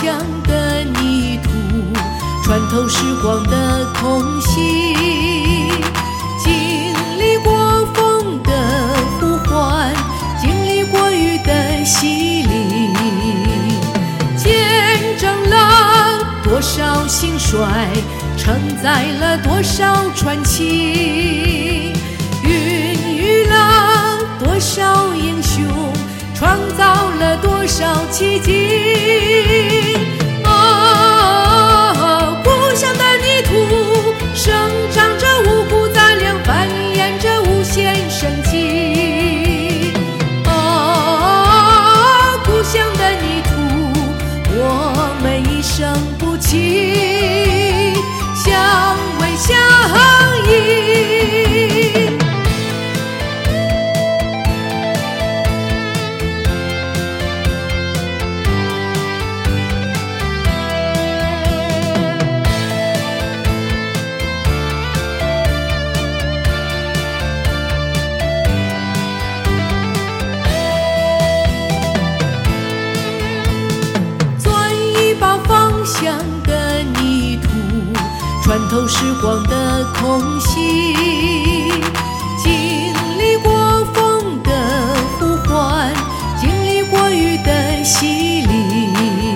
向的泥土，穿透时光的空隙，经历过风的呼唤，经历过雨的洗礼，见证了多少兴衰，承载了多少传奇，孕育了多少英雄，创造了多少奇迹。故乡的泥土生长着五谷杂粮，繁衍着无限生机。故乡的泥土，我们一生不弃，相偎相依。向的泥土，穿透时光的空隙，经历过风的呼唤，经历过雨的洗礼，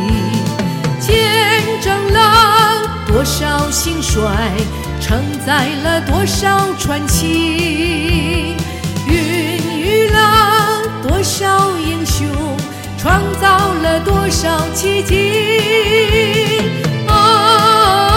见证了多少兴衰，承载了多少传奇，孕育了多少英雄，创造了多少奇迹。